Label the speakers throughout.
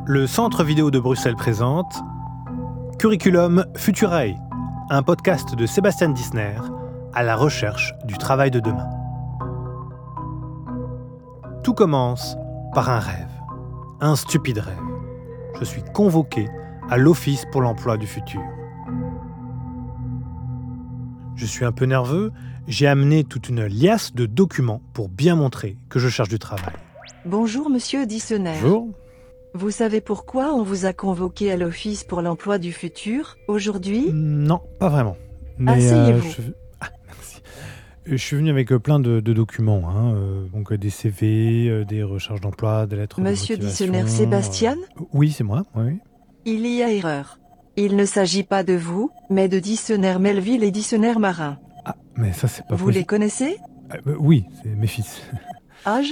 Speaker 1: Le Centre vidéo de Bruxelles présente Curriculum Futurae, un podcast de Sébastien Dissner à la recherche du travail de demain. Tout commence par un rêve, un stupide rêve. Je suis convoqué à l'Office pour l'emploi du futur. Je suis un peu nerveux, j'ai amené toute une liasse de documents pour bien montrer que je cherche du travail.
Speaker 2: Bonjour Monsieur Dissner.
Speaker 1: Bonjour.
Speaker 2: Vous savez pourquoi on vous a convoqué à l'Office pour l'emploi du futur aujourd'hui ?
Speaker 1: Non, pas vraiment. Mais,
Speaker 2: Asseyez-vous.
Speaker 1: merci. Je suis venu avec plein de documents, donc des CV, des recherches d'emploi, des lettres
Speaker 2: Monsieur
Speaker 1: de motivation.
Speaker 2: Dissner Sébastien ?
Speaker 1: Oui, c'est moi, oui.
Speaker 2: Il y a erreur. Il ne s'agit pas de vous, mais de Dissner Melville et Dissner Marin.
Speaker 1: Ah, mais ça, c'est pas
Speaker 2: Vous les
Speaker 1: possible.
Speaker 2: connaissez ?
Speaker 1: Oui, c'est mes fils.
Speaker 2: Âge ?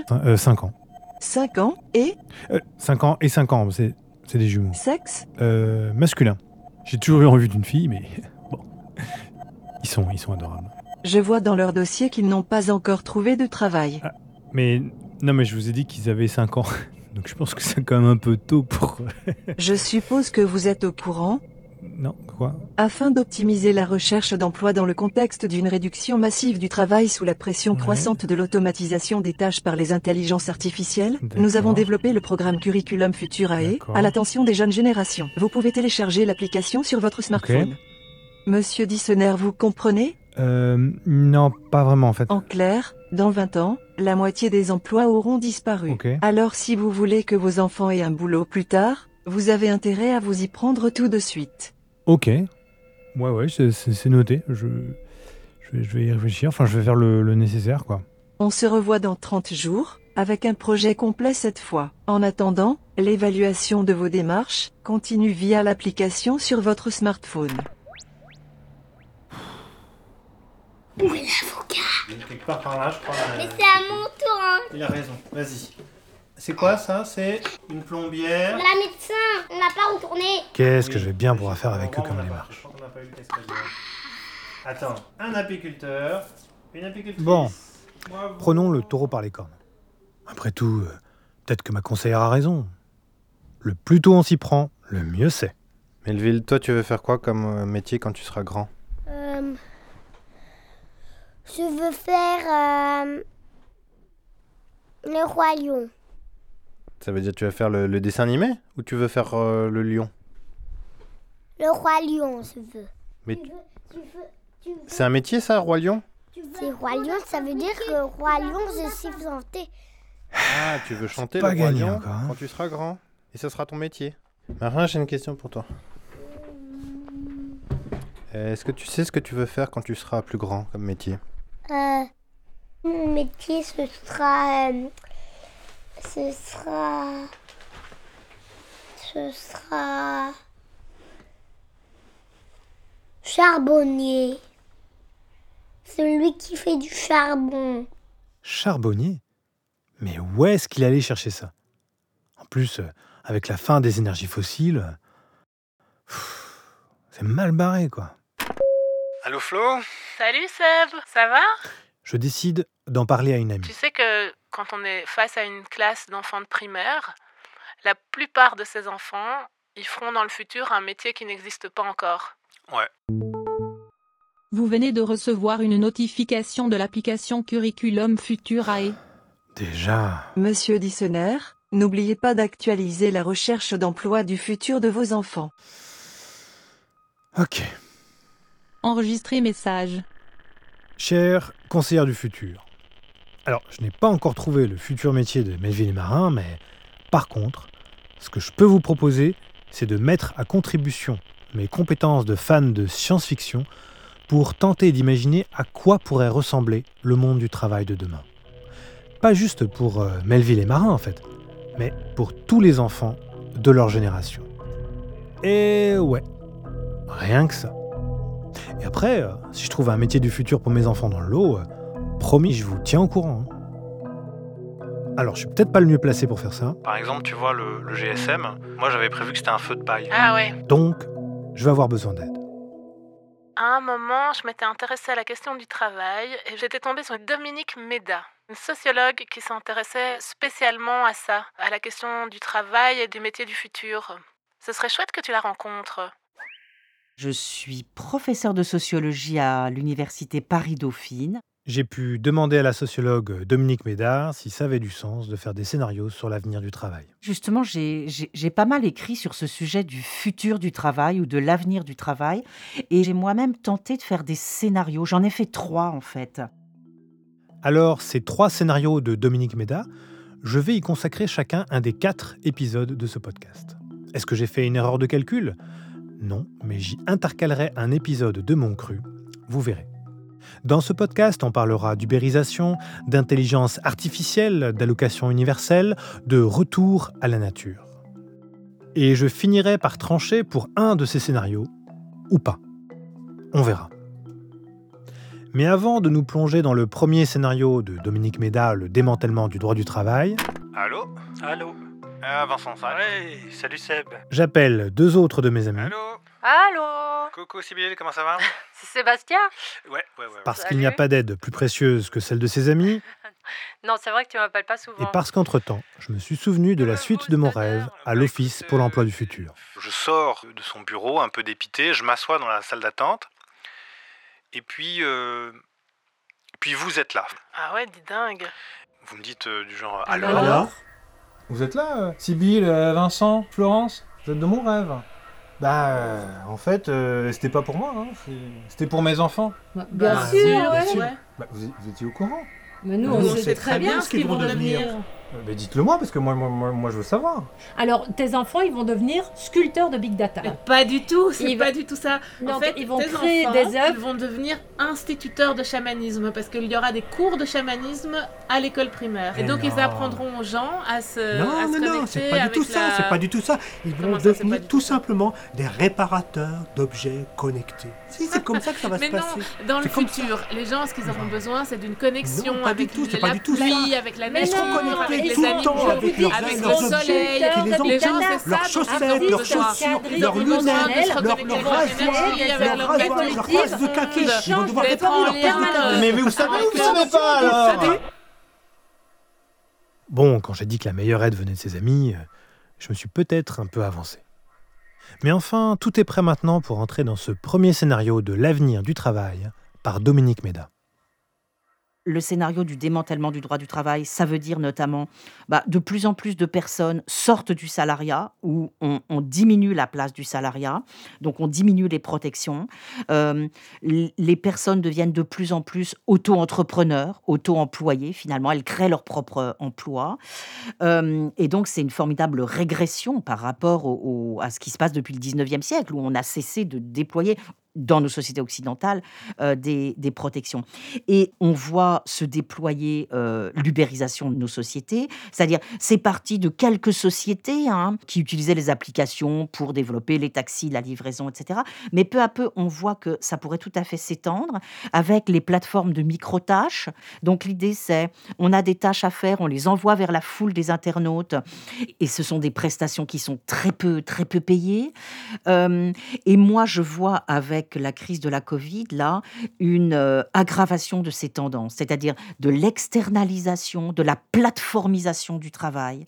Speaker 1: 5 ans.
Speaker 2: 5 ans et
Speaker 1: 5 ans et 5 ans, c'est des jumeaux.
Speaker 2: sexe ?
Speaker 1: Masculin. J'ai toujours eu envie d'une fille, mais bon. Ils sont adorables.
Speaker 2: Je vois dans leur dossier qu'ils n'ont pas encore trouvé de travail.
Speaker 1: Mais non, mais je vous ai dit qu'ils avaient 5 ans. Donc je pense que c'est quand même un peu tôt pour...
Speaker 2: Je suppose que vous êtes au courant ?
Speaker 1: Non, quoi ?
Speaker 2: Afin d'optimiser la recherche d'emploi dans le contexte d'une réduction massive du travail sous la pression
Speaker 1: Ouais.
Speaker 2: croissante de l'automatisation des tâches par les intelligences artificielles,
Speaker 1: D'accord.
Speaker 2: nous avons développé le programme Curriculum Futurae
Speaker 1: D'accord.
Speaker 2: à l'attention des jeunes générations. Vous pouvez télécharger l'application sur votre smartphone. Monsieur Dissner, vous comprenez ?
Speaker 1: Non, pas vraiment en fait.
Speaker 2: En clair, dans 20 ans, la moitié des emplois auront disparu.
Speaker 1: Ok.
Speaker 2: Alors si vous voulez que vos enfants aient un boulot plus tard, vous avez intérêt à vous y prendre tout de suite.
Speaker 1: Ok. Ouais, c'est noté. Je vais y réfléchir. Enfin, je vais faire le nécessaire, quoi.
Speaker 2: On se revoit dans 30 jours, avec un projet complet cette fois. En attendant, l'évaluation de vos démarches continue via l'application sur votre smartphone.
Speaker 3: Où est l'avocat ?
Speaker 1: Quelque part par là, je crois.
Speaker 3: Mais c'est à mon tour, hein.
Speaker 1: Il a raison. Vas-y. C'est quoi ça ? C'est une plombière.
Speaker 3: La médecin, on n'a pas retourné.
Speaker 1: Qu'est-ce que je vais bien pouvoir faire avec eux comme démarche.
Speaker 4: Attends, un apiculteur, une apicultrice.
Speaker 1: Bon,
Speaker 4: Moi,
Speaker 1: prenons le taureau par les cornes. Après tout, peut-être que ma conseillère a raison. Le plus tôt on s'y prend, le mieux c'est.
Speaker 5: Melville, toi, tu veux faire quoi comme métier quand tu seras grand ?
Speaker 3: Je veux faire le roi lion.
Speaker 5: Ça veut dire que tu vas faire le dessin animé ou tu veux faire le lion ?
Speaker 3: Le roi lion, je veux.
Speaker 5: Mais
Speaker 3: Tu veux.
Speaker 5: c'est un métier ça, roi lion ?
Speaker 3: C'est roi lion, ça veut dire que roi lion, je sais chanter.
Speaker 5: Ah, tu veux chanter
Speaker 1: pas
Speaker 5: le roi
Speaker 1: gagné
Speaker 5: lion
Speaker 1: encore, hein.
Speaker 5: quand tu seras grand. Et ça sera ton métier. Marin, j'ai une question pour toi. Est-ce que tu sais ce que tu veux faire quand tu seras plus grand comme métier ?
Speaker 3: Mon métier, ce sera charbonnier. Celui qui fait du charbon.
Speaker 1: Charbonnier ? Mais où est-ce qu'il allait chercher ça ? En plus, avec la fin des énergies fossiles, c'est mal barré, quoi.
Speaker 5: Allô Flo ?
Speaker 6: Salut Seb, ça va ?
Speaker 1: Je décide d'en parler à une amie.
Speaker 6: Tu sais que quand on est face à une classe d'enfants de primaire, la plupart de ces enfants, ils feront dans le futur un métier qui n'existe pas encore.
Speaker 7: Vous venez de recevoir une notification de l'application Curriculum Futurae.
Speaker 1: Déjà...
Speaker 2: Monsieur Dissner, n'oubliez pas d'actualiser la recherche d'emploi du futur de vos enfants.
Speaker 1: Ok.
Speaker 7: Enregistrez message.
Speaker 1: Chère conseillère du futur. Alors, je n'ai pas encore trouvé le futur métier de Melville et Marin, mais par contre, ce que je peux vous proposer, c'est de mettre à contribution mes compétences de fan de science-fiction pour tenter d'imaginer à quoi pourrait ressembler le monde du travail de demain. Pas juste pour Melville et Marin, en fait, mais pour tous les enfants de leur génération. Et ouais, rien que ça. Et après, si je trouve un métier du futur pour mes enfants dans le lot, promis, je vous tiens au courant. Alors, je suis peut-être pas le mieux placé pour faire ça.
Speaker 4: Par exemple, tu vois, le GSM, moi j'avais prévu que c'était un feu de paille.
Speaker 6: Ah ouais.
Speaker 1: Donc, je vais avoir besoin d'aide.
Speaker 6: À un moment, je m'étais intéressée à la question du travail et j'étais tombée sur Dominique Méda. une sociologue qui s'intéressait spécialement à ça, à la question du travail et du métier du futur. Ce serait chouette que tu la rencontres.
Speaker 8: Je suis professeure de sociologie à l'université Paris-Dauphine.
Speaker 1: J'ai pu demander à la sociologue Dominique Médard si ça avait du sens de faire des scénarios sur l'avenir du travail.
Speaker 8: Justement, j'ai pas mal écrit sur ce sujet du futur du travail ou de l'avenir du travail. Et j'ai moi-même tenté de faire des scénarios. J'en ai fait 3 en fait.
Speaker 1: Alors, ces 3 scénarios de Dominique Médard, je vais y consacrer chacun un des 4 épisodes de ce podcast. Est-ce que j'ai fait une erreur de calcul ? Non, mais j'y intercalerai un épisode de Mon Cru. Vous verrez. Dans ce podcast, on parlera d'ubérisation, d'intelligence artificielle, d'allocation universelle, de retour à la nature. Et je finirai par trancher pour un de ces scénarios, ou pas. On verra. Mais avant de nous plonger dans le premier scénario de Dominique Médard, le démantèlement du droit du travail...
Speaker 4: Allô ?
Speaker 9: Allô.
Speaker 4: Vincent, ça va ?
Speaker 9: Ouais, salut Seb.
Speaker 1: J'appelle 2 autres de mes amis,
Speaker 4: Allô ?
Speaker 10: Allô,
Speaker 4: Coucou Sybille, comment ça va ?
Speaker 10: c'est Sébastien?
Speaker 4: Ouais.
Speaker 1: parce qu'il n'y a
Speaker 10: Salut.
Speaker 1: pas d'aide plus précieuse que celle de ses amis,
Speaker 10: Non, c'est vrai que tu m'appelles pas
Speaker 1: et
Speaker 10: souvent.
Speaker 1: parce qu'entre-temps, je me suis souvenu de la suite de mon rêve à l'Office pour l'emploi du futur.
Speaker 4: Je sors de son bureau, un peu dépité, je m'assois dans la salle d'attente, et puis vous êtes là.
Speaker 6: Ah ouais, dis dingue.
Speaker 4: Vous me dites du genre
Speaker 10: Alors
Speaker 11: Vous êtes là, Sybille, Vincent, Florence? Vous êtes de mon rêve? En fait, c'était pas pour moi, hein. C'était pour mes enfants.
Speaker 10: Bien
Speaker 6: Bah,
Speaker 10: sûr,
Speaker 6: ouais.
Speaker 10: ouais.
Speaker 11: Vous étiez au courant?
Speaker 10: Mais nous,
Speaker 11: Nous,
Speaker 10: on
Speaker 11: on
Speaker 10: sait
Speaker 11: sait
Speaker 10: très bien ce qu'ils vont devenir.
Speaker 11: Dites-le moi, parce que moi je veux savoir.
Speaker 12: Alors, tes enfants, ils vont devenir sculpteurs de big data.
Speaker 6: Mais pas du tout, c'est
Speaker 12: Ils
Speaker 6: pas
Speaker 12: vont-
Speaker 6: du tout ça. En
Speaker 12: Donc,
Speaker 6: fait,
Speaker 12: ils vont
Speaker 6: tes
Speaker 12: créer
Speaker 6: enfants,
Speaker 12: des œuvres.
Speaker 6: Ils vont devenir instituteurs de chamanisme parce qu'il y aura des cours de chamanisme à l'école primaire. Et
Speaker 9: Mais
Speaker 6: donc ils
Speaker 9: non.
Speaker 6: apprendront aux gens à se
Speaker 9: Non,
Speaker 6: connecter
Speaker 9: c'est pas du
Speaker 6: avec
Speaker 9: tout ça,
Speaker 6: la-
Speaker 9: c'est pas du tout ça. Ils vont
Speaker 6: Comment ça, c'est pas
Speaker 9: devenir
Speaker 6: du
Speaker 9: tout
Speaker 6: tout ça
Speaker 9: simplement des réparateurs d'objets connectés. Si, c'est comme ça que ça va
Speaker 6: Mais
Speaker 9: se
Speaker 6: non,
Speaker 9: passer.
Speaker 6: dans le
Speaker 9: C'est comme
Speaker 6: futur, les gens, ce qu'ils auront besoin, c'est d'une connexion
Speaker 9: Non, pas du
Speaker 6: avec
Speaker 9: tout, c'est
Speaker 6: la
Speaker 9: pas du tout
Speaker 6: pluie,
Speaker 9: ça.
Speaker 6: avec la
Speaker 12: Mais
Speaker 6: nature,
Speaker 12: non,
Speaker 6: avec
Speaker 12: ils
Speaker 6: les
Speaker 12: vont
Speaker 6: animaux,
Speaker 9: avec leurs
Speaker 6: avec
Speaker 9: objets,
Speaker 6: le
Speaker 9: leurs
Speaker 6: soleil.
Speaker 9: objets qui les
Speaker 6: Les gens,
Speaker 9: entourent,
Speaker 6: c'est ça,
Speaker 9: leurs
Speaker 6: dont ils
Speaker 9: chaussettes,
Speaker 6: ont
Speaker 9: leurs
Speaker 6: besoin.
Speaker 9: chaussures,
Speaker 6: Ils
Speaker 9: leurs
Speaker 6: ont besoin de
Speaker 9: lunettes,
Speaker 6: se
Speaker 9: leurs
Speaker 6: reconnecter
Speaker 9: rasoirs,
Speaker 6: avec l'énergie, avec
Speaker 9: leurs
Speaker 6: leur
Speaker 9: rasoirs, leurs rases de kaki. Ils vont devoir
Speaker 6: d'être
Speaker 9: réparer
Speaker 6: en
Speaker 9: leur
Speaker 6: lien,
Speaker 9: passe de kaki.
Speaker 11: Mais vous savez ou vous savez pas alors?
Speaker 1: Bon, quand j'ai dit que la meilleure aide venait de ses amis, je me suis peut-être un peu avancé. Mais enfin, tout est prêt maintenant pour entrer dans ce premier scénario de l'avenir du travail par Dominique Médard.
Speaker 8: Le scénario du démantèlement du droit du travail, ça veut dire notamment de plus en plus de personnes sortent du salariat ou on diminue la place du salariat, donc on diminue les protections. Les personnes deviennent de plus en plus auto-entrepreneurs, auto-employés finalement, elles créent leur propre emploi. Et donc c'est une formidable régression par rapport à ce qui se passe depuis le 19e siècle où on a cessé de déployer dans nos sociétés occidentales, des protections. Et on voit se déployer l'ubérisation de nos sociétés, c'est-à-dire c'est parti de quelques sociétés qui utilisaient les applications pour développer les taxis, la livraison, etc. Mais peu à peu, on voit que ça pourrait tout à fait s'étendre avec les plateformes de micro-tâches. Donc l'idée, c'est on a des tâches à faire, on les envoie vers la foule des internautes, et ce sont des prestations qui sont très peu payées. Et moi, je vois avec la crise de la Covid, là, une aggravation de ces tendances, c'est-à-dire de l'externalisation, de la plateformisation du travail,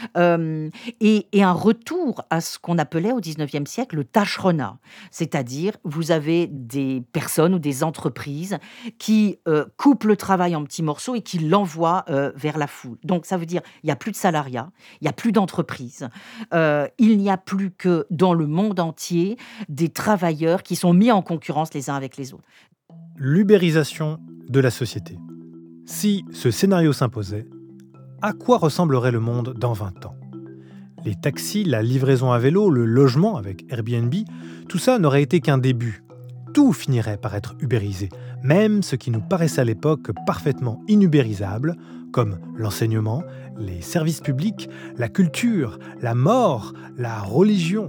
Speaker 8: et un retour à ce qu'on appelait au 19e siècle le tâcheronat, c'est-à-dire vous avez des personnes ou des entreprises qui coupent le travail en petits morceaux et qui l'envoient vers la foule. Donc ça veut dire il n'y a plus de salariat, il n'y a plus d'entreprise, il n'y a plus que dans le monde entier des travailleurs qui sont mis en concurrence les uns avec les autres.
Speaker 1: L'ubérisation de la société. Si ce scénario s'imposait, à quoi ressemblerait le monde dans 20 ans ? Les taxis, la livraison à vélo, le logement avec Airbnb, tout ça n'aurait été qu'un début. Tout finirait par être ubérisé, même ce qui nous paraissait à l'époque parfaitement inubérisable, comme l'enseignement, les services publics, la culture, la mort, la religion.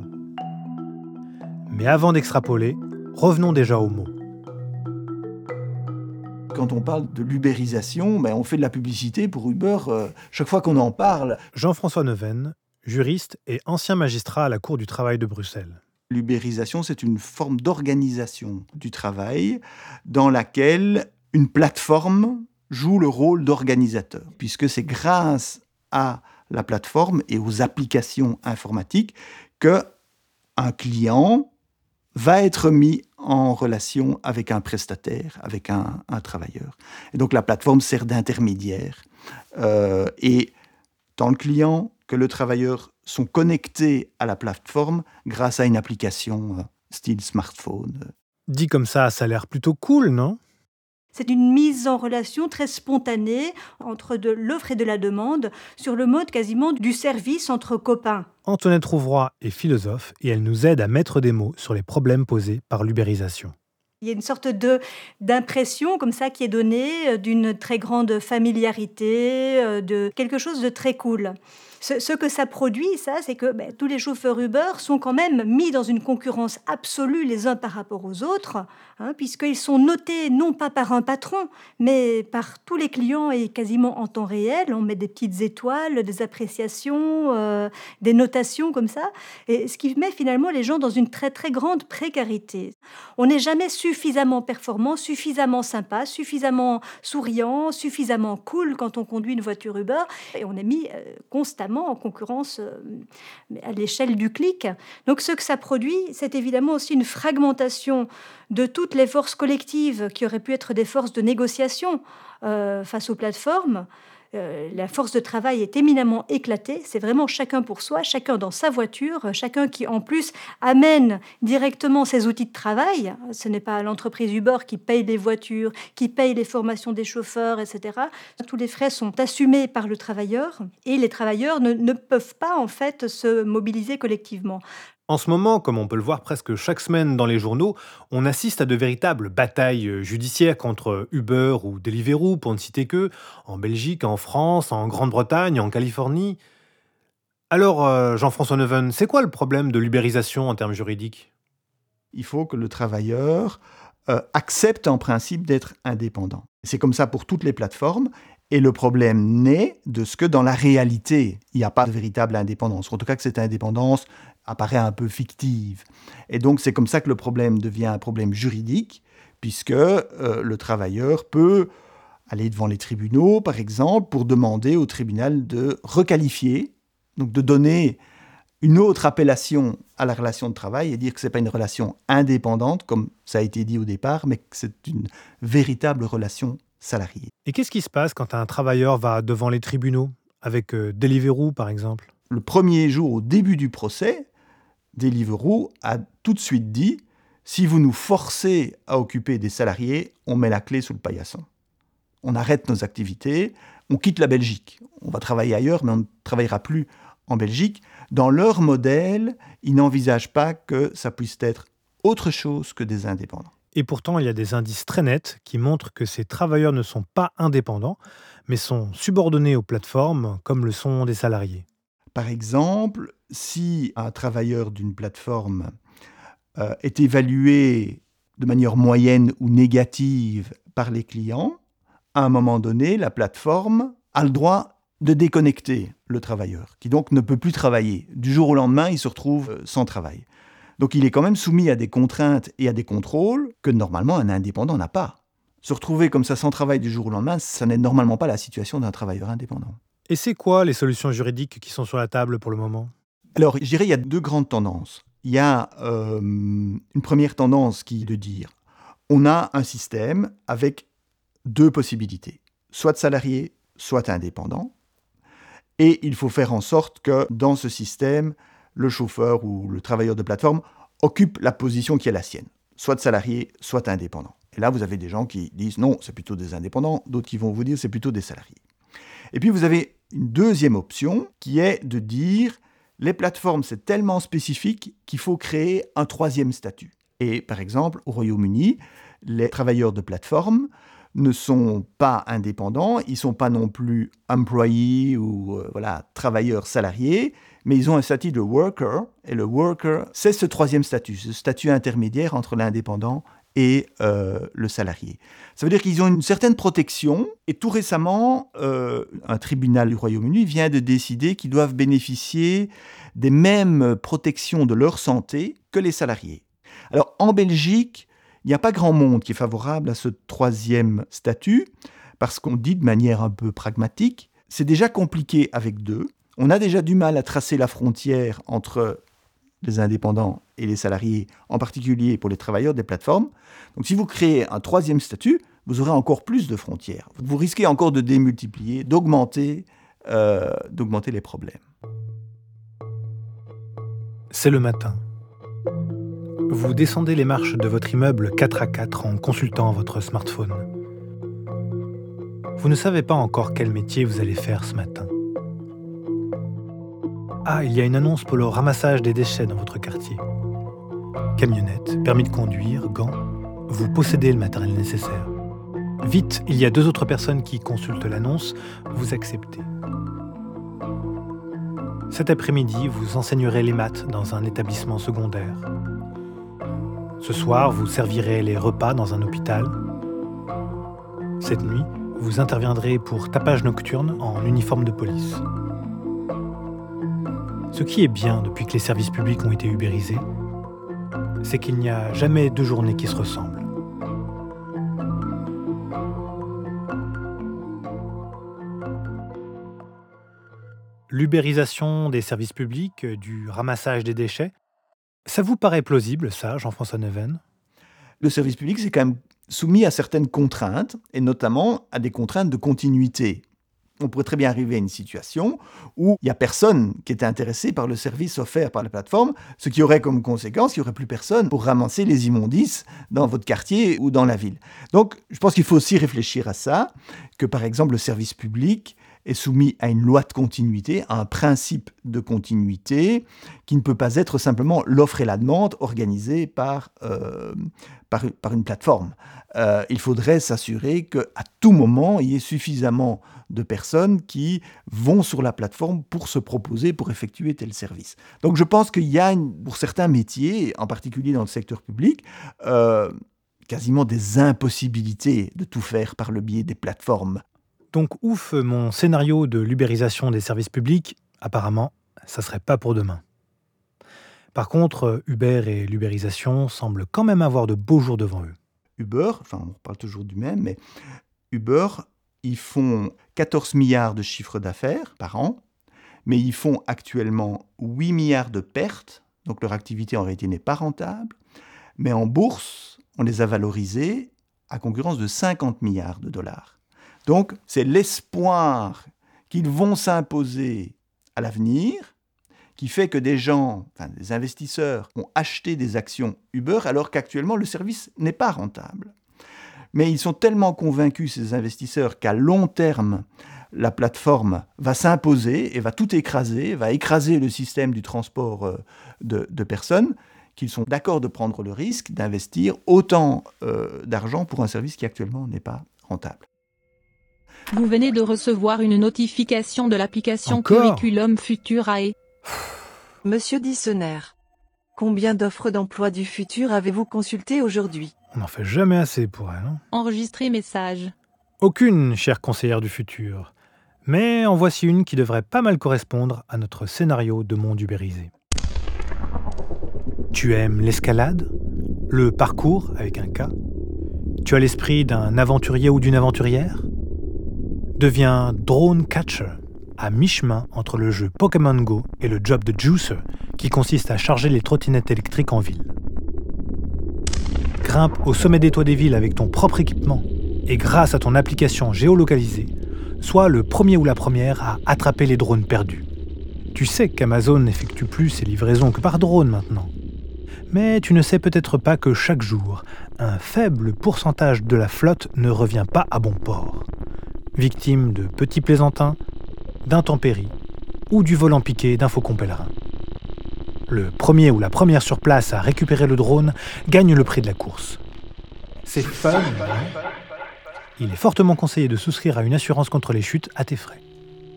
Speaker 1: Mais avant d'extrapoler, revenons déjà aux mots.
Speaker 13: Quand on parle de l'ubérisation, on fait de la publicité pour Uber chaque fois qu'on en parle.
Speaker 1: Jean-François Neuven, juriste et ancien magistrat à la Cour du travail de Bruxelles.
Speaker 13: L'ubérisation, c'est une forme d'organisation du travail dans laquelle une plateforme joue le rôle d'organisateur, puisque c'est grâce à la plateforme et aux applications informatiques qu'un client va être mis en relation avec un prestataire, avec un travailleur. Et donc la plateforme sert d'intermédiaire. Et tant le client que le travailleur sont connectés à la plateforme grâce à une application style smartphone.
Speaker 1: Dit comme ça a l'air plutôt cool, non ?
Speaker 14: C'est une mise en relation très spontanée entre de l'offre et de la demande sur le mode quasiment du service entre copains.
Speaker 1: Antoinette Rouvroy est philosophe et elle nous aide à mettre des mots sur les problèmes posés par l'ubérisation.
Speaker 14: Il y a une sorte d'impression comme ça qui est donnée d'une très grande familiarité, de quelque chose de très cool. Ce que ça produit, ça, c'est que tous les chauffeurs Uber sont quand même mis dans une concurrence absolue les uns par rapport aux autres, puisqu'ils sont notés non pas par un patron, mais par tous les clients et quasiment en temps réel. On met des petites étoiles, des appréciations, des notations comme ça, et ce qui met finalement les gens dans une très très grande précarité. On n'est jamais suffisamment performant, suffisamment sympa, suffisamment souriant, suffisamment cool quand on conduit une voiture Uber, et on est mis constamment en concurrence à l'échelle du clic. Donc ce que ça produit, c'est évidemment aussi une fragmentation de toutes les forces collectives qui auraient pu être des forces de négociation face aux plateformes. La force de travail est éminemment éclatée, c'est vraiment chacun pour soi, chacun dans sa voiture, chacun qui en plus amène directement ses outils de travail. Ce n'est pas l'entreprise Uber qui paye les voitures, qui paye les formations des chauffeurs, etc. Tous les frais sont assumés par le travailleur et les travailleurs ne peuvent pas en fait se mobiliser collectivement.
Speaker 1: En ce moment, comme on peut le voir presque chaque semaine dans les journaux, on assiste à de véritables batailles judiciaires contre Uber ou Deliveroo, pour ne citer qu'eux, en Belgique, en France, en Grande-Bretagne, en Californie. Alors, Jean-François Neuven, c'est quoi le problème de l'ubérisation en termes juridiques ?
Speaker 13: Il faut que le travailleur accepte en principe d'être indépendant. C'est comme ça pour toutes les plateformes. Et le problème naît de ce que dans la réalité, il n'y a pas de véritable indépendance. En tout cas, que cette indépendance apparaît un peu fictive. Et donc, c'est comme ça que le problème devient un problème juridique, puisque le travailleur peut aller devant les tribunaux, par exemple, pour demander au tribunal de requalifier, donc de donner une autre appellation à la relation de travail et dire que ce n'est pas une relation indépendante, comme ça a été dit au départ, mais que c'est une véritable relation salariée.
Speaker 1: Et qu'est-ce qui se passe quand un travailleur va devant les tribunaux, avec Deliveroo par exemple ?
Speaker 13: Le premier jour, au début du procès, Deliveroo a tout de suite dit « Si vous nous forcez à occuper des salariés, on met la clé sous le paillasson. On arrête nos activités, on quitte la Belgique. On va travailler ailleurs, mais on ne travaillera plus en Belgique. » Dans leur modèle, ils n'envisagent pas que ça puisse être autre chose que des indépendants.
Speaker 1: Et pourtant, il y a des indices très nets qui montrent que ces travailleurs ne sont pas indépendants, mais sont subordonnés aux plateformes comme le sont des salariés.
Speaker 13: Par exemple, si un travailleur d'une plateforme est évalué de manière moyenne ou négative par les clients, à un moment donné, la plateforme a le droit de déconnecter le travailleur, qui donc ne peut plus travailler. Du jour au lendemain, il se retrouve sans travail. Donc il est quand même soumis à des contraintes et à des contrôles que normalement un indépendant n'a pas. Se retrouver comme ça sans travail du jour au lendemain, ça n'est normalement pas la situation d'un travailleur indépendant.
Speaker 1: Et c'est quoi les solutions juridiques qui sont sur la table pour le moment ?
Speaker 13: Alors, je dirais qu'il y a deux grandes tendances. Il y a une première tendance qui est de dire on a un système avec deux possibilités, soit salarié, soit indépendant. Et il faut faire en sorte que dans ce système, le chauffeur ou le travailleur de plateforme occupe la position qui est la sienne, soit salarié, soit indépendant. Et là, vous avez des gens qui disent non, c'est plutôt des indépendants, d'autres qui vont vous dire c'est plutôt des salariés. Et puis vous avez une deuxième option qui est de dire les plateformes, c'est tellement spécifique qu'il faut créer un troisième statut. Et par exemple, au Royaume-Uni, les travailleurs de plateforme ne sont pas indépendants, ils ne sont pas non plus employés ou travailleurs salariés, mais ils ont un statut de worker, et le worker, c'est ce troisième statut, ce statut intermédiaire entre l'indépendant et le salarié. Ça veut dire qu'ils ont une certaine protection, et tout récemment, un tribunal du Royaume-Uni vient de décider qu'ils doivent bénéficier des mêmes protections de leur santé que les salariés. Alors, en Belgique, il n'y a pas grand monde qui est favorable à ce troisième statut, parce qu'on dit de manière un peu pragmatique, c'est déjà compliqué avec 2. On a déjà du mal à tracer la frontière entre les indépendants et les salariés, en particulier pour les travailleurs des plateformes. Donc si vous créez un 3e statut, vous aurez encore plus de frontières. Vous risquez encore de démultiplier, d'augmenter les problèmes.
Speaker 1: C'est le matin. Vous descendez les marches de votre immeuble 4x4 en consultant votre smartphone. Vous ne savez pas encore quel métier vous allez faire ce matin. Ah, il y a une annonce pour le ramassage des déchets dans votre quartier. Camionnette, permis de conduire, gants, vous possédez le matériel nécessaire. Vite, il y a 2 autres personnes qui consultent l'annonce, vous acceptez. Cet après-midi, vous enseignerez les maths dans un établissement secondaire. Ce soir, vous servirez les repas dans un hôpital. Cette nuit, vous interviendrez pour tapage nocturne en uniforme de police. Ce qui est bien depuis que les services publics ont été ubérisés, c'est qu'il n'y a jamais 2 journées qui se ressemblent. L'ubérisation des services publics, du ramassage des déchets, ça vous paraît plausible, ça, Jean-François Neven ?
Speaker 13: Le service public, c'est quand même soumis à certaines contraintes, et notamment à des contraintes de continuité. On pourrait très bien arriver à une situation où il n'y a personne qui était intéressé par le service offert par la plateforme, ce qui aurait comme conséquence qu'il n'y aurait plus personne pour ramasser les immondices dans votre quartier ou dans la ville. Donc, je pense qu'il faut aussi réfléchir à ça, que par exemple le service public est soumis à une loi de continuité, à un principe de continuité qui ne peut pas être simplement l'offre et la demande organisée par une plateforme. Il faudrait s'assurer qu'à tout moment, il y ait suffisamment de personnes qui vont sur la plateforme pour se proposer, pour effectuer tel service. Donc je pense qu'il y a, pour certains métiers, en particulier dans le secteur public, quasiment des impossibilités de tout faire par le biais des plateformes.
Speaker 1: Donc ouf, mon scénario de l'ubérisation des services publics, apparemment, ça serait pas pour demain. Par contre, Uber et l'ubérisation semblent quand même avoir de beaux jours devant eux.
Speaker 13: Uber, enfin on parle toujours du même, mais Uber, ils font 14 milliards de chiffre d'affaires par an, mais ils font actuellement 8 milliards de pertes, donc leur activité en réalité n'est pas rentable, mais en bourse, on les a valorisés à concurrence de 50 milliards de dollars. Donc, c'est l'espoir qu'ils vont s'imposer à l'avenir qui fait que des investisseurs ont acheté des actions Uber alors qu'actuellement le service n'est pas rentable. Mais ils sont tellement convaincus, ces investisseurs, qu'à long terme, la plateforme va s'imposer et va tout écraser, va écraser le système du transport de personnes, qu'ils sont d'accord de prendre le risque d'investir autant d'argent pour un service qui actuellement n'est pas rentable.
Speaker 7: Vous venez de recevoir une notification de l'application Curriculum Futurae.
Speaker 2: Monsieur Dissener, combien d'offres d'emploi du futur avez-vous consultées aujourd'hui ?
Speaker 1: On n'en fait jamais assez pour elle. Hein ?
Speaker 7: Enregistrez message.
Speaker 1: Aucune, chère conseillère du futur. Mais en voici une qui devrait pas mal correspondre à notre scénario de monde ubérisé. Tu aimes l'escalade ? Le parcours, avec un K ? Tu as l'esprit d'un aventurier ou d'une aventurière ? Deviens drone catcher, à mi-chemin entre le jeu Pokémon Go et le job de juicer, qui consiste à charger les trottinettes électriques en ville. Grimpe au sommet des toits des villes avec ton propre équipement et grâce à ton application géolocalisée, sois le premier ou la première à attraper les drones perdus. Tu sais qu'Amazon n'effectue plus ses livraisons que par drone maintenant. Mais tu ne sais peut-être pas que chaque jour, un faible pourcentage de la flotte ne revient pas à bon port. Victime de petits plaisantins, d'intempéries ou du vol en piqué d'un faucon pèlerin. Le premier ou la première sur place à récupérer le drone gagne le prix de la course. C'est fun. Il est fortement conseillé de souscrire à une assurance contre les chutes à tes frais.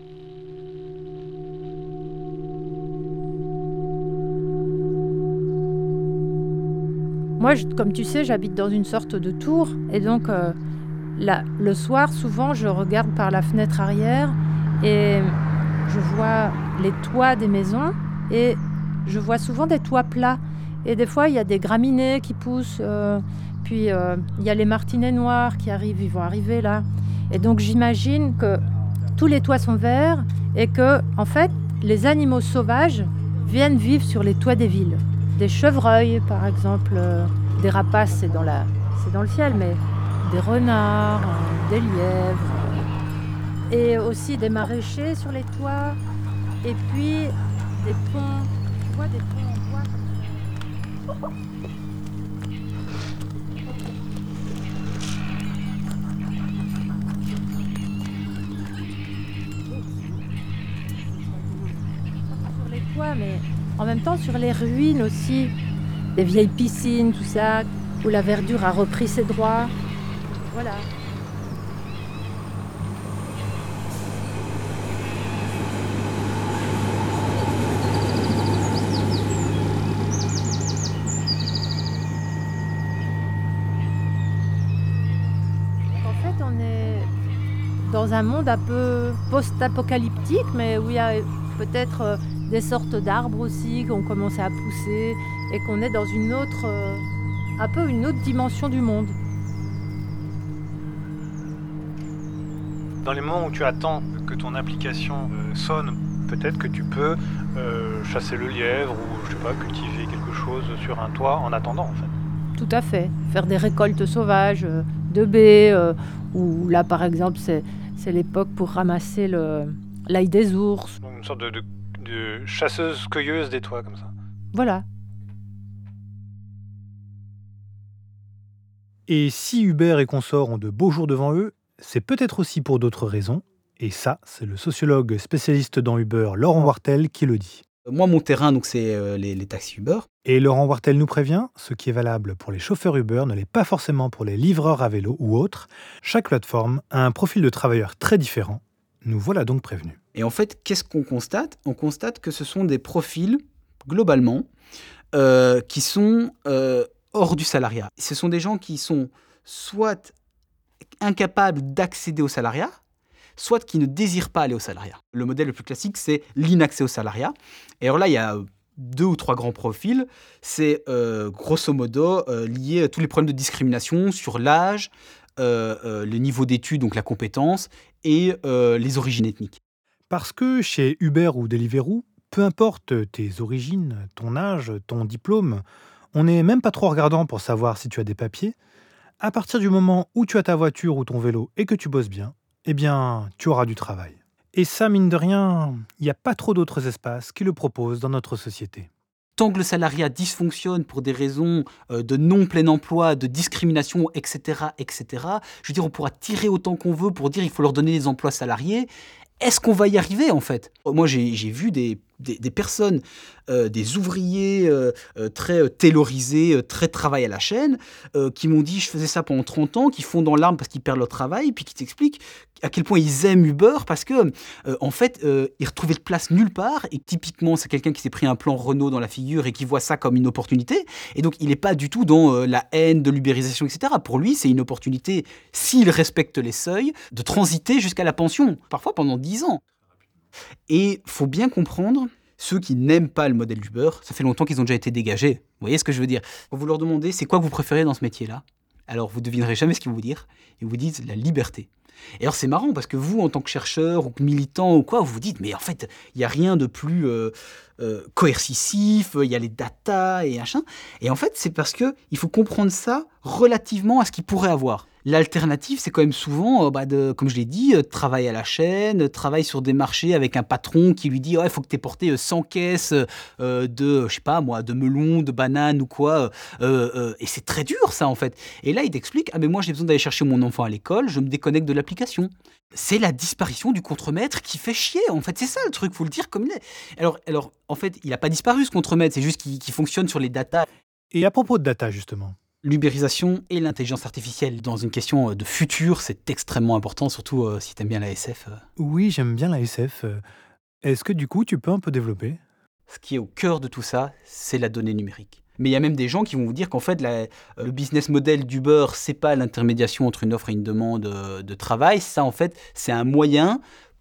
Speaker 12: Moi, comme tu sais, j'habite dans une sorte de tour, et donc le soir, souvent, je regarde par la fenêtre arrière et je vois les toits des maisons et je vois souvent des toits plats. Et des fois, il y a des graminées qui poussent, puis il y a les martinets noirs qui arrivent, ils vont arriver là. Et donc j'imagine que tous les toits sont verts et que, en fait, les animaux sauvages viennent vivre sur les toits des villes. Des chevreuils, par exemple, des rapaces, c'est dans le ciel, mais des renards, des lièvres, et aussi des maraîchers sur les toits, et puis des ponts, tu vois, des ponts en bois. Sur les toits, mais en même temps sur les ruines aussi, des vieilles piscines, tout ça, où la verdure a repris ses droits. Voilà. En fait, on est dans un monde un peu post-apocalyptique, mais où il y a peut-être des sortes d'arbres aussi qui ont commencé à pousser et qu'on est dans une autre, un peu une autre dimension du monde.
Speaker 4: Dans les moments où tu attends que ton application sonne, peut-être que tu peux chasser le lièvre ou, je sais pas, cultiver quelque chose sur un toit en attendant, en fait.
Speaker 12: Tout à fait. Faire des récoltes sauvages de baies, ou là, par exemple, c'est l'époque pour ramasser l'ail des ours.
Speaker 4: Donc une sorte de chasseuse-cueilleuse des toits, comme ça.
Speaker 12: Voilà.
Speaker 1: Et si Hubert et consorts ont de beaux jours devant eux, c'est peut-être aussi pour d'autres raisons. Et ça, c'est le sociologue spécialiste dans Uber, Laurent Wartel, qui le dit.
Speaker 15: Moi, mon terrain, donc, c'est les taxis Uber.
Speaker 1: Et Laurent Wartel nous prévient, ce qui est valable pour les chauffeurs Uber ne l'est pas forcément pour les livreurs à vélo ou autres. Chaque plateforme a un profil de travailleur très différent. Nous voilà donc prévenus.
Speaker 15: Et en fait, qu'est-ce qu'on constate ? On constate que ce sont des profils, globalement, qui sont hors du salariat. Ce sont des gens qui sont soit incapables d'accéder au salariat, soit qui ne désirent pas aller au salariat. Le modèle le plus classique, c'est l'inaccès au salariat. Et alors là, il y a 2 ou 3 grands profils. C'est grosso modo lié à tous les problèmes de discrimination sur l'âge, le niveau d'études, donc la compétence, et les origines ethniques.
Speaker 1: Parce que chez Uber ou Deliveroo, peu importe tes origines, ton âge, ton diplôme, on n'est même pas trop regardant pour savoir si tu as des papiers. À partir du moment où tu as ta voiture ou ton vélo et que tu bosses bien, eh bien, tu auras du travail. Et ça, mine de rien, il n'y a pas trop d'autres espaces qui le proposent dans notre société.
Speaker 15: Tant que le salariat dysfonctionne pour des raisons de non-plein emploi, de discrimination, etc., je veux dire, on pourra tirer autant qu'on veut pour dire qu'il faut leur donner des emplois salariés. Est-ce qu'on va y arriver, en fait ? Moi, j'ai vu des personnes, des ouvriers très taylorisés, très travail à la chaîne, qui m'ont dit « je faisais ça pendant 30 ans », qui font dans l'arme parce qu'ils perdent leur travail, puis qui t'expliquent à quel point ils aiment Uber parce que, en fait, ils retrouvaient de place nulle part. Et typiquement, c'est quelqu'un qui s'est pris un plan Renault dans la figure et qui voit ça comme une opportunité. Et donc, il n'est pas du tout dans la haine de l'ubérisation, etc. Pour lui, c'est une opportunité, s'il respecte les seuils, de transiter jusqu'à la pension, parfois pendant 10 ans. Et il faut bien comprendre, ceux qui n'aiment pas le modèle d'Uber, ça fait longtemps qu'ils ont déjà été dégagés. Vous voyez ce que je veux dire ? Quand vous leur demandez c'est quoi que vous préférez dans ce métier-là, alors vous ne devinerez jamais ce qu'ils vont vous dire. Ils vous disent la liberté. Et alors c'est marrant parce que vous, en tant que chercheur ou militant ou quoi, vous vous dites mais en fait, il n'y a rien de plus coercitif, il y a les datas et machin. Et en fait, c'est parce qu'il faut comprendre ça relativement à ce qu'il pourrait avoir. L'alternative, c'est quand même souvent, comme je l'ai dit, travail à la chaîne, travail sur des marchés avec un patron qui lui dit il faut que tu aies porté 100 caisses de melons, de bananes ou quoi. Et c'est très dur, ça, en fait. Et là, il t'explique mais moi, j'ai besoin d'aller chercher mon enfant à l'école, je me déconnecte de l'application. C'est la disparition du contremaître qui fait chier, en fait. C'est ça, le truc, faut le dire comme il est. Alors en fait, il n'a pas disparu, ce contremaître, c'est juste qu'il fonctionne sur les datas.
Speaker 1: Et à propos de data, justement,
Speaker 15: l'ubérisation et l'intelligence artificielle dans une question de futur, c'est extrêmement important, surtout si tu aimes bien la SF.
Speaker 1: Oui, j'aime bien la SF. Est-ce que du coup, tu peux un peu développer ?
Speaker 15: Ce qui est au cœur de tout ça, c'est la donnée numérique. Mais il y a même des gens qui vont vous dire qu'en fait, le business model d'Uber, c'est pas l'intermédiation entre une offre et une demande de travail. Ça, en fait, c'est un moyen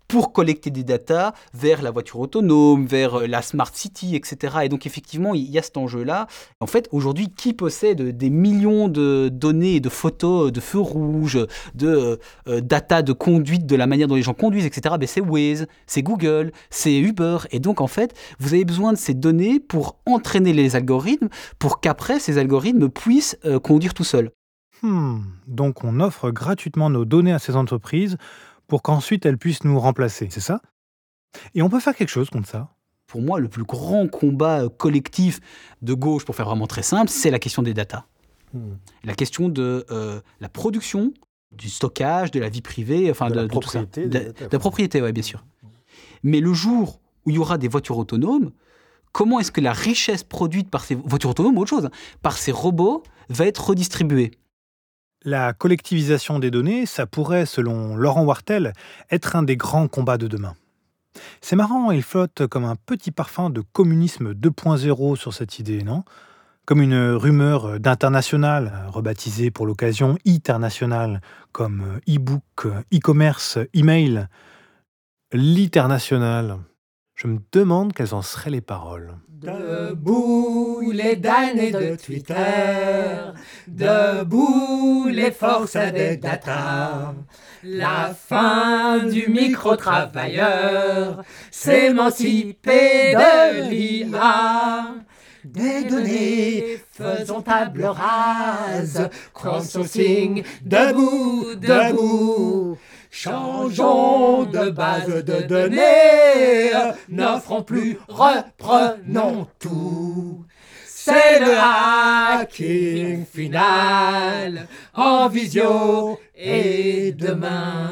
Speaker 15: pour collecter des datas vers la voiture autonome, vers la smart city, etc. Et donc effectivement, il y a cet enjeu-là. En fait, aujourd'hui, qui possède des millions de données, de photos, de feux rouges, de data de conduite, de la manière dont les gens conduisent, etc. C'est Waze, c'est Google, c'est Uber. Et donc en fait, vous avez besoin de ces données pour entraîner les algorithmes, pour qu'après, ces algorithmes puissent conduire tout seuls.
Speaker 1: Donc on offre gratuitement nos données à ces entreprises pour qu'ensuite elles puissent nous remplacer, c'est ça? Et on peut faire quelque chose contre ça?
Speaker 15: Pour moi, le plus grand combat collectif de gauche, pour faire vraiment très simple, c'est la question des datas. La question de la production, du stockage, de la vie privée, enfin de tout ça. De la propriété, oui, bien sûr. Mais le jour où il y aura des voitures autonomes, comment est-ce que la richesse produite par ces voitures autonomes, ou autre chose, par ces robots, va être redistribuée?
Speaker 1: La collectivisation des données, ça pourrait, selon Laurent Wartel, être un des grands combats de demain. C'est marrant, il flotte comme un petit parfum de communisme 2.0 sur cette idée, non? Comme une rumeur d'international, rebaptisée pour l'occasion international, comme e-book, e-commerce, email. L'International. Je me demande quelles en seraient les paroles.
Speaker 16: Debout les damnés de Twitter, debout les forces des data, la fin du micro-travailleur, s'émanciper de l'IA. Des données, faisons table rase, crowdsourcing, debout, debout. Changeons de base de données, n'offrons plus, reprenons tout. C'est le hacking final, en visio et demain.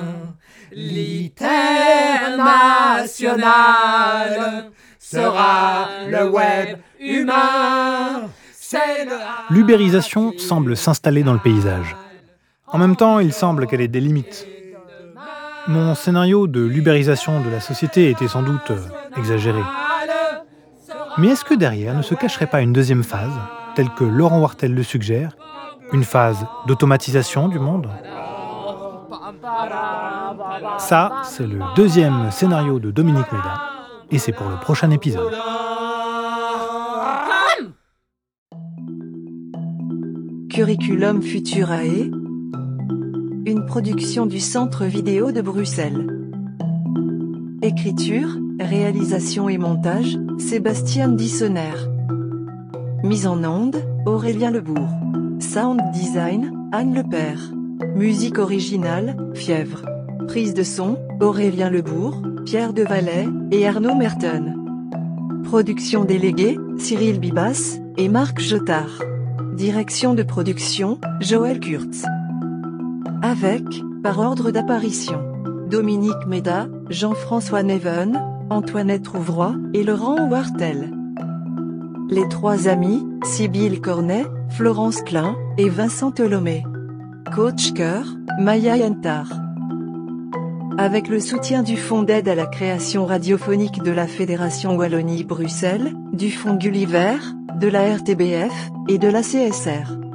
Speaker 16: L'International sera le web humain.
Speaker 1: L'ubérisation semble s'installer dans le paysage. En même temps, il semble qu'elle ait des limites. Mon scénario de l'ubérisation de la société était sans doute exagéré. Mais est-ce que derrière ne se cacherait pas une deuxième phase, telle que Laurent Wartel le suggère, une phase d'automatisation du monde? Ça, c'est le deuxième scénario de Dominique Méda, et c'est pour le prochain épisode.
Speaker 2: Curriculum Futurae, une production du Centre Vidéo de Bruxelles. Écriture, réalisation et montage, Sébastien Dissonner. Mise en onde, Aurélien Lebourg. Sound design, Anne Lepère. Musique originale, Fièvre. Prise de son, Aurélien Lebourg, Pierre Devalet et Arnaud Merton. Production déléguée, Cyril Bibas et Marc Jotard. Direction de production, Joël Kurtz. Avec, par ordre d'apparition, Dominique Méda, Jean-François Neven, Antoinette Rouvroy et Laurent Wartel. Les trois amis, Sybille Cornet, Florence Klein et Vincent Tholomé. Coach Cœur, Maya Yantar. Avec le soutien du Fonds d'aide à la création radiophonique de la Fédération Wallonie-Bruxelles, du Fonds Gulliver, de la RTBF et de la CSR.